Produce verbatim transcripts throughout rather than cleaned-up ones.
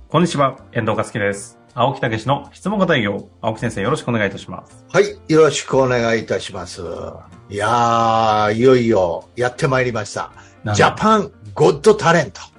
こんにちは、遠藤和樹です。青木武の質問型営業。青木先生、よろしくお願いいたします。 はい、よろしくお願いいたします。いやー、いよいよやってまいりました。ジャパンゴッドタレント。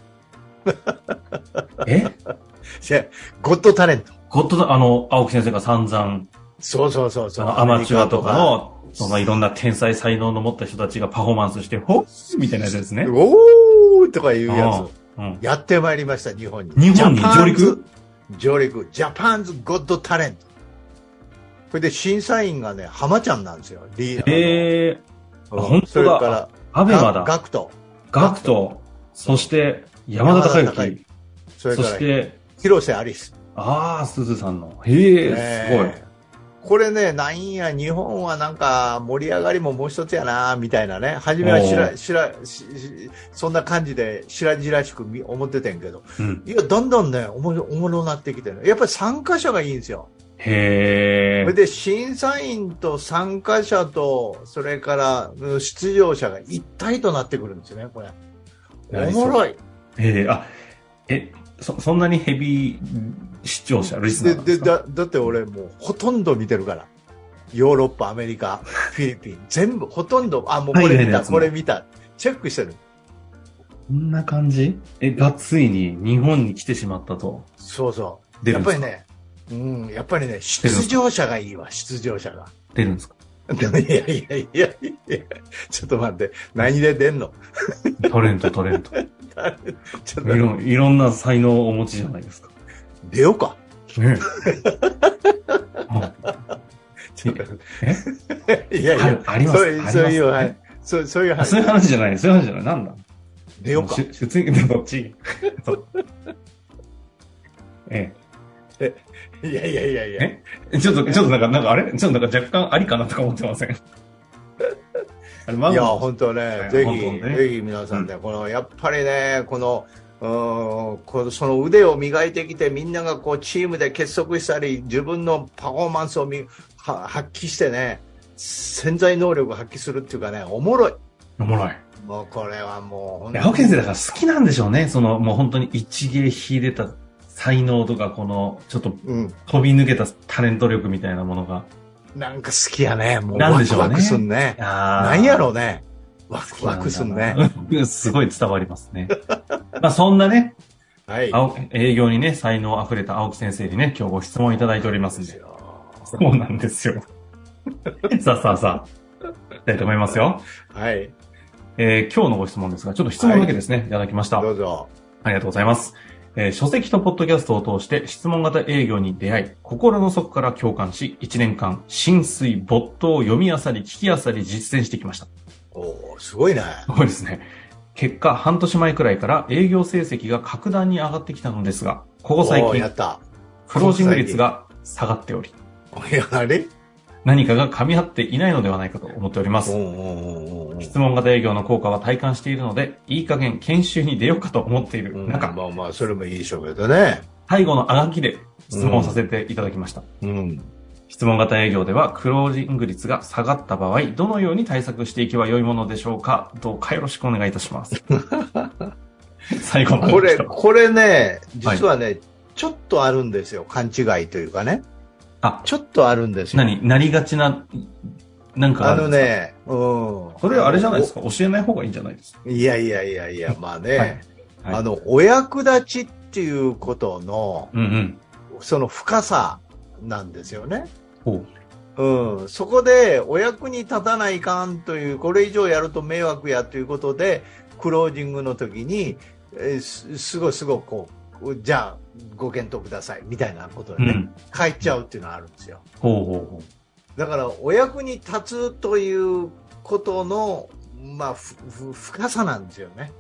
えゴッドタレント。 ゴッド、あの、青木先生が散々、 そうそうそうそう。 アマチュアとかの、そのいろんな天才才能の持った人たちがパフォーマンスして、ほっみたいなやつですね。 おーとかいうやつ。うん、やってまいりました、日本に。 日本に上陸上陸。ジャパンズゴッドタレント。これで審査員がね、浜ちゃんなんですよ。 へえー。うん、本当だ。 それから、 アベマだ。 ガクト。 ガクト。そして、山田孝之。 それから、 そして、 広瀬アリス。 ああ、すずさんの。へえ、ね、すごい。 これね、なんや、日本はなんか盛り上がりももう一つやな、みたいなね。初めはしら、しら、し、そんな感じで白々しく思っててんけど、うん、いや、だんだんね、おもろ、おもろなってきてる。やっぱり参加者がいいんですよ。 へー。 それで、審査員と参加者と、それから出場者が一体となってくるんですよね、これ。おもろい。 へー、あ、え、そ、そんなにヘビー視聴者、リスナーなんですか？ で、で、だ、だって俺もうほとんど見てるから。ヨーロッパ、アメリカ、フィリピン、全部、ほとんど、あ、もうこれ見た、これ見た。チェックしてる。 こんな感じ？え、がついに日本に来てしまったと。 そうそう。やっぱりね、うん、やっぱりね、出場者がいいわ、出場者が。 出るんですか？ いやいやいやいやいや、ちょっと待って、何で出んの？ トレント、トレント。ちょっといろ、いろんな才能をお持ちじゃないですか。 出ようか。ねえいやいや、 あります。そういう、 そういう、はい。そう、そういう話。 そういう話じゃない。そういう話じゃない。なんだ。 出ようか。 出演、どっちええ。え、いやいやいやいや。 えちょっと、ちょっとなんか、なんかあれちょっとなんか若干ありかなとか思ってません？ あれいや、本当ね、ぜひ、ね、ぜひ皆さんね、うん、この、やっぱりね、この、うん、このその腕を磨いてきてみんながこうチームで結束したり自分のパフォーマンスをみは発揮してね潜在能力を発揮するっていうかねおもろいおもろいもうこれはもう青木先生だから好きなんでしょうねそのもう本当に一芸秀でた才能とかこのちょっと飛び抜けたタレント力みたいなものが、 うん、なんか好きやねもうワクワクすんねなんやろうねワクワクすんねすごい伝わりますねまあそんなね、 はい、 営業にね、才能あふれた青木先生にね、今日ご質問いただいておりますんで。そうなんですよ。さあさあさあ、いきたいと思いますよ。 はい。 えー、今日のご質問ですが、ちょっと質問だけですね、はい、いただきました。 どうぞ。 ありがとうございます。えー、書籍とポッドキャストを通して質問型営業に出会い、心の底から共感し、いちねんかん、浸水、没頭、読み漁り、聞き漁り、実践してきました。 おー、すごいね。 すごいですね。結果、半年前くらいから営業成績が格段に上がってきたのですが、ここ最近、クロージング率が下がっており、 やはり何かが噛み合っていないのではないかと思っております。質問型営業の効果は体感しているので、いい加減研修に出ようかと思っている中、 うん、まあまあ、それもいいでしょうけどね。 最後のあがきで質問させていただきました。 うんうん質問型営業ではクロージング率が下がった場合、どのように対策していけばよいものでしょうか？どうかよろしくお願いいたします。最後のこれ、これね、実はね、はい、ちょっとあるんですよ。勘違いというかね。 あ、 ちょっとあるんですよ。 何なりがちな、なんかあるんですか？ あのね、うん。 それはあれじゃないですか？教えない方がいいんじゃないですか？ いやいやいやいや、まあね、 はいはい、 あの、お役立ちっていうことの、 うんうん、 その深さなんですよね。 ほううん、そこでお役に立たないかんというこれ以上やると迷惑やということでクロージングの時に、えー、す, すごいすごいこうじゃあご検討くださいみたいなことでね、うん、書いちゃうっていうのがあるんですよ。 ほうほうほうだからお役に立つということの、まあ、ふふ深さなんですよね。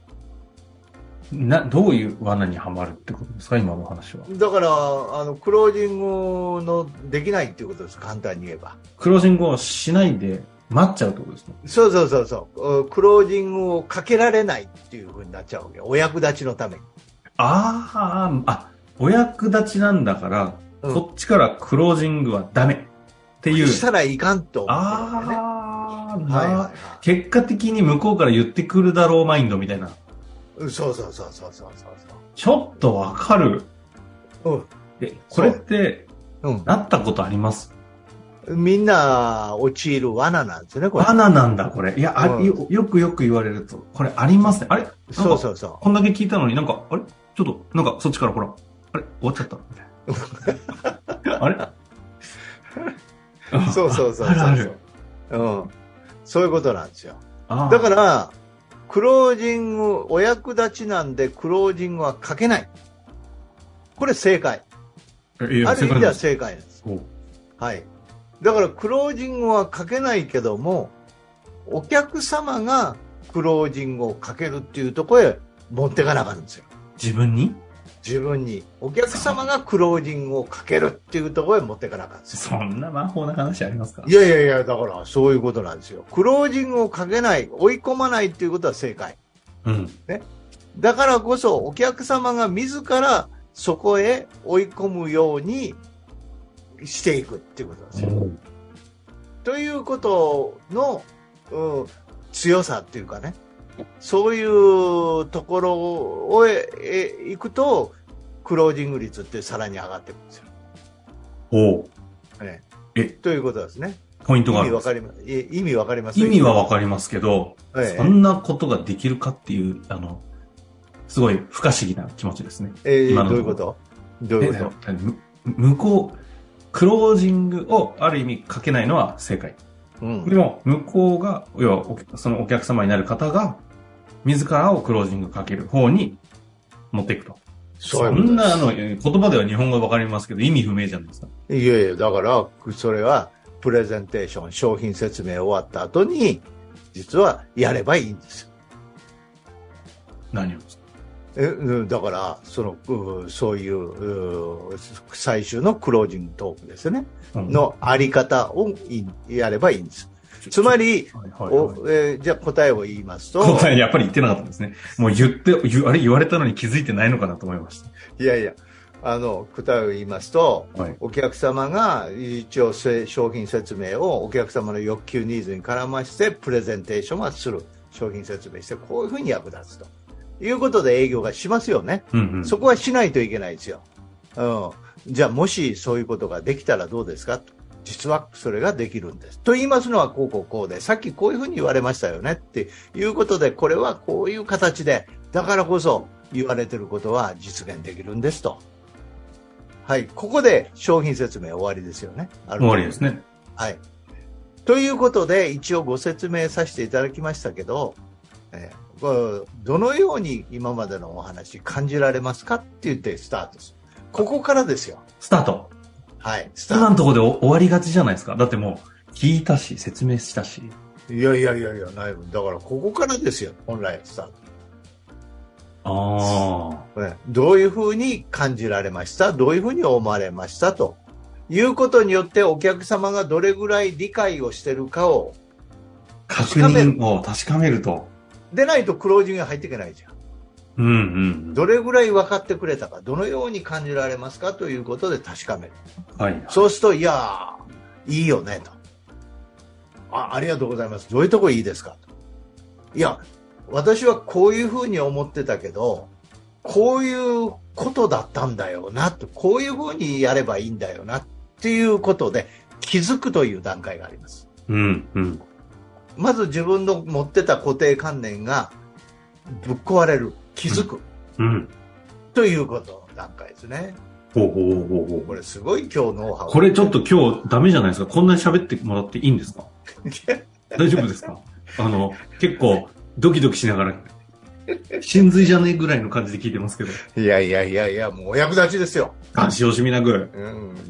などういう罠にはまるってことですか今の話は。 だからあのクロージングのできないっていうことです。簡単に言えばクロージングをしないで待っちゃうってことですね。 そうそうそうそうクロージングをかけられないっていう風になっちゃうわけ。お役立ちのために。 あああお役立ちなんだから、うん、こっちからクロージングはダメっていうしたらいかんと思ってるわけね。 ああ、はいはいはい、結果的に向こうから言ってくるだろうマインドみたいな。 そうそうそうそうそうそう。 ちょっとわかる。 うん。 え、これって、うん、なったことあります？ みんな陥る罠なんですね、これ。 罠なんだ、これ。いや、あ、うん、よ、よくよく言われると、これありますね。あれ？ そうそうそう。 こんだけ聞いたのになんか、あれちょっと、なんかそっちからほら、あれ終わっちゃったみたいな。あれそうそうそうそう。 あるある。 うん。そういうことなんですよ。だから、クロージング、お役立ちなんでクロージングはかけない。これ正解。ある意味では正解です。はい。だからクロージングはかけないけども、お客様がクロージングをかけるっていうところへ持っていかなかったんですよ。 自分に自分に。お客様がクロージングをかけるっていうところへ持っていかなかったんですよ。そんな魔法な話ありますか？ いやいやいや、だからそういうことなんですよ。クロージングをかけない、追い込まないっていうことは正解。 うん。 ね。だからこそお客様が自らそこへ追い込むようにしていくっていうことなんですよ。うん、ということの、うん、強さっていうかね、そういうところをええ行くとクロージング率ってさらに上がっていくんですよ。 おう、 ね、えということですね。 ポイントがある。 意味わかります。意味わかります。 意味はわかりますけど、ええ、そんなことができるかっていうあのすごい不可思議な気持ちですね。 えー、今のどういうこと？どういうこと？ 向こうクロージングをある意味かけないのは正解。うん、でも向こうが要はそのお客様になる方が自らをクロージングかける方に持っていくと。そんなあの言葉では日本語わかりますけど意味不明じゃないですか。 いやいや、だからそれはプレゼンテーション、商品説明終わった後に実はやればいいんですよ。 何をですか？ えだからそのそういう最終のクロージングトークですね、うん、のあり方をやればいいんです。つまり、はいはいはい、おえー、じゃあ答えを言いますと、 答えやっぱり言ってなかったんですね。もう言って言あれ言われたのに気づいてないのかなと思いました。 いやいや、あの答えを言いますと、はい、お客様が一応商品説明をお客様の欲求ニーズに絡ましてプレゼンテーションはする、商品説明してこういうふうに役立つということで営業がしますよね、うんうん、そこはしないといけないですよ、うん、じゃあもしそういうことができたらどうですかと。実はそれができるんですと言いますのはこうこうこうでさっきこういうふうに言われましたよねっていうことで、これはこういう形でだからこそ言われていることは実現できるんですと。はい、ここで商品説明終わりですよね。 終わりですね。 はい。ということで一応ご説明させていただきましたけど、えー、どのように今までのお話感じられますかって言ってスタートする。ここからですよ。 スタート。 はい。 今のところで終わりがちじゃないですか。だってもう聞いたし説明したし。 いやいやいやいや、ない。だからここからですよ。本来スタート。 ああ、 ね。どういうふうに感じられました？どういうふうに思われましたということによってお客様がどれぐらい理解をしているかを確認を確かめると。 でないとクロージングが入っていけないじゃん。 うんうん、 どれぐらい分かってくれたか、どのように感じられますかということで確かめる。 はいはい、 そうすると、いやー、いいよねと。あ、ありがとうございます。どういうとこいいですかと。いや、私はこういうふうに思ってたけど、こういうことだったんだよなと、こういうふうにやればいいんだよなっていうことで気づくという段階があります。 うんうん、 まず自分の持ってた固定観念がぶっ壊れる。気づく、 うんうん、 ということの段階ですね。 ほうほうほうほう。 これすごい今日ノウハウ。 これちょっと今日ダメじゃないですか。こんなに喋ってもらっていいんですか？大丈夫ですか？あの結構ドキドキしながら真髄じゃねえぐらいの感じで聞いてますけど。 いやいやいやいや、もうお役立ちですよ。 出し惜しみなく。 うん、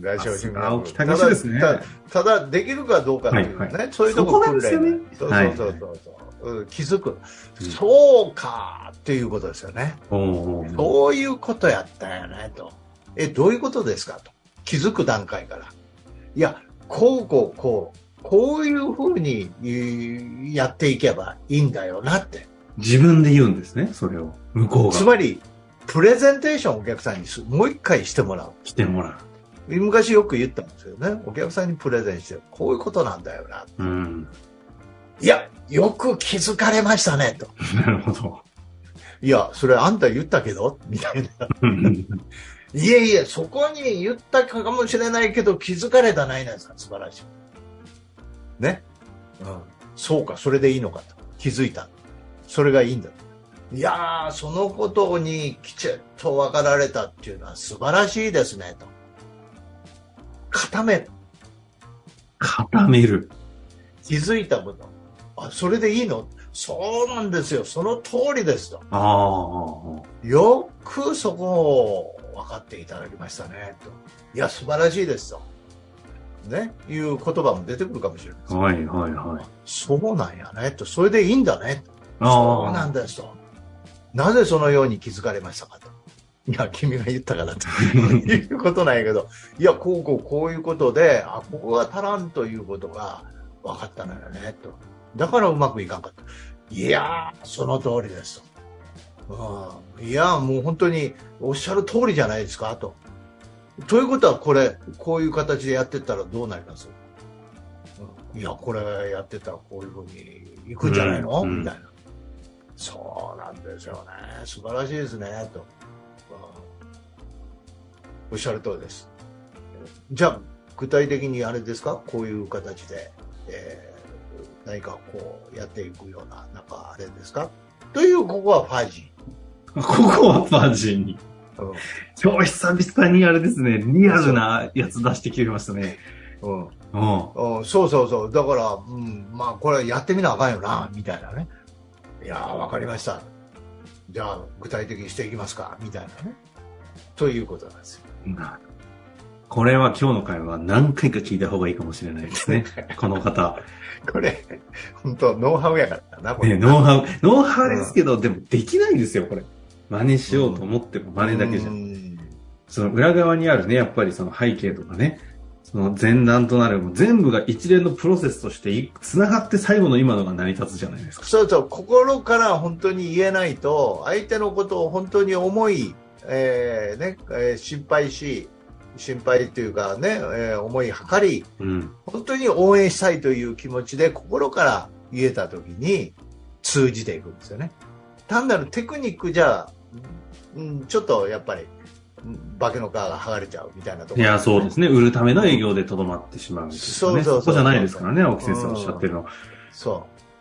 出し惜しみなく。 青木武ですね。 ただ、ただできるかどうかっていうね、はいはい、そういうところ来るらい、ね、そうそうそうそうそう。はいうん、気づく、うん、そうかっていうことですよね。そういうことやったよねと。え、どういうことですかと。気づく段階から。いや、こうこうこう、こういうふうにやっていけばいいんだよなって。 自分で言うんですね、それを。向こうが。 つまり、プレゼンテーションをお客さんにもう一回してもらう。 してもらう。 昔よく言ったんですよね。お客さんにプレゼンして、こういうことなんだよな。 うん。 いや、よく気づかれましたね、と。 なるほど。 いや、それあんた言ったけどみたいな。いえいえ、そこに言ったかもしれないけど、気づかれたないなんですか、素晴らしい。ね。うん。そうか、それでいいのかと。気づいた。それがいいんだ。いやー、そのことにきちっと分かられたっていうのは素晴らしいですね、と。固める。 固める。 気づいたこと。あ、それでいいの？そうなんですよ。その通りですと。 ああ。 よくそこを分かっていただきましたね、と。いや、素晴らしいですと。ね、いう言葉も出てくるかもしれないです。 はいはいはい。 そうなんやね、と。それでいいんだね。そうなんですと。なぜそのように気づかれましたかと。いや、君が言ったからということなんやけど、いや、こうこうこういうことで、あ、ここが足らんということが分かったのよね、と。だからうまくいかんかった。いやー、その通りですと。うん、いや、もう本当におっしゃる通りじゃないですか、と。ということは、これ、こういう形でやってったらどうなります？うん、いや、これやってったらこういうふうにいくんじゃないの、うん、みたいな。そうなんですよね。素晴らしいですね、と。おっしゃる通りです。じゃあ、具体的にあれですか？こういう形で、えー、何かこうやっていくような、なんかあれですか？という、ここはファージン。ここはファージンに。うん、今日久々にあれですね、リアルなやつ出してきてましたね。 うん。うん。そうそうそう。だから、うん、まあ、これやってみなあかんよな、みたいなね。いやー、わかりました。じゃあ、具体的にしていきますか、みたいなね。ということなんですよ。 これは今日の会話何回か聞いた方がいいかもしれないですね。この方。 これ、本当ノウハウやからな、これ。 ね、ノウハウ。ノウハウですけど、うん、でもできないんですよ、これ。真似しようと思っても真似だけじゃん。うん、その裏側にあるね、やっぱりその背景とかね、その前段となる全部が一連のプロセスとして繋がって最後の今のが成り立つじゃないですか。 そうそう、心から本当に言えないと、相手のことを本当に思い、えーねえー、心配し、心配というかね、えー、思いはり、うん、本当に応援したいという気持ちで心から言えたときに通じていくんですよね。単なるテクニックじゃ、うん、ちょっとやっぱり化けの皮が剥がれちゃうみたいなところ、ね、 いや、そうですね。売るための営業でとどまってしまうんですよね。そうそうそう。そこじゃないですからね、青木先生おっしゃってるの。 そう。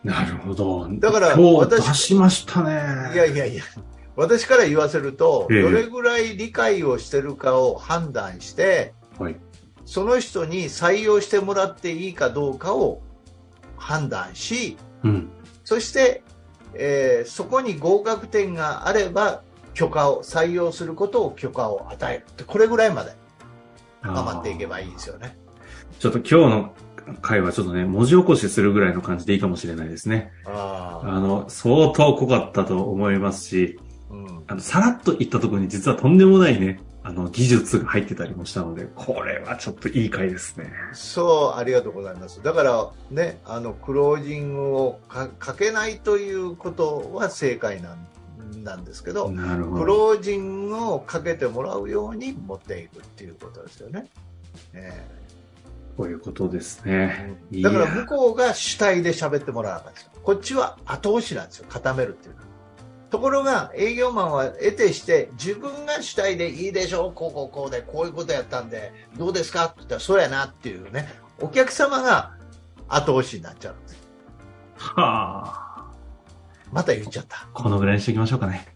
なるほど。 だから今日出しましたね。 いやいやいや。私から言わせると、どれぐらい理解をしてるかを判断して、はい、その人に採用してもらっていいかどうかを判断し、うん、そして、えー、そこに合格点があれば許可を採用することを許可を与える。これぐらいまで頑張っていけばいいですよね。 ちょっと今日の回はちょっとね、文字起こしするぐらいの感じでいいかもしれないですね。ああの、相当濃かったと思いますし、うん、あのさらっと言ったところに実はとんでもないね、あの技術が入ってたりもしたので、これはちょっといい回ですね。 そう、ありがとうございます。だからね、あのクロージングをかかけないということは正解なんなんですけど、なるほど、クロージングをかけてもらうように持っていくっていうことですよね。えー、こういうことですね。 うん、だから向こうが主体で喋ってもらわなかったです。こっちは後押しなんですよ。固めるっていうのは。ところが営業マンは得てして自分が主体でいいでしょう、こうこうこうでこういうことやったんでどうですかって言ったらそうやなっていうね、お客様が後押しになっちゃうんですよ。はあ。また言っちゃった。 このぐらいにしておきましょうかね。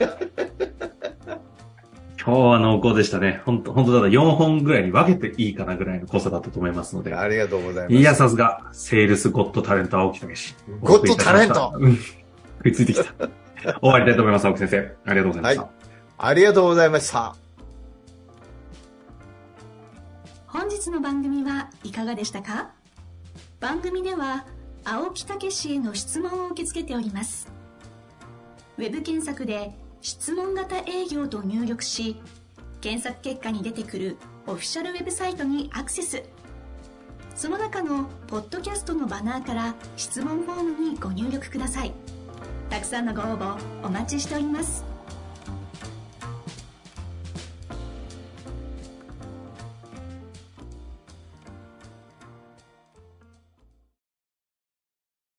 今日は濃厚でしたね。本当本当だからよんほんぐらいに分けていいかなぐらいの濃さだったと思いますので。 ありがとうございます。 いや、さすがセールスゴッドタレント青木武史。 ゴッドタレント。 食いついてきた。終わりたいと思います、青木先生。ありがとうございました。はい、 ありがとうございました。 本日の番組はいかがでしたか？番組では青木武史への質問を受け付けております。ウェブ検索で質問型営業と入力し、検索結果に出てくるオフィシャルウェブサイトにアクセス。その中のポッドキャストのバナーから質問フォームにご入力ください。たくさんのご応募お待ちしております。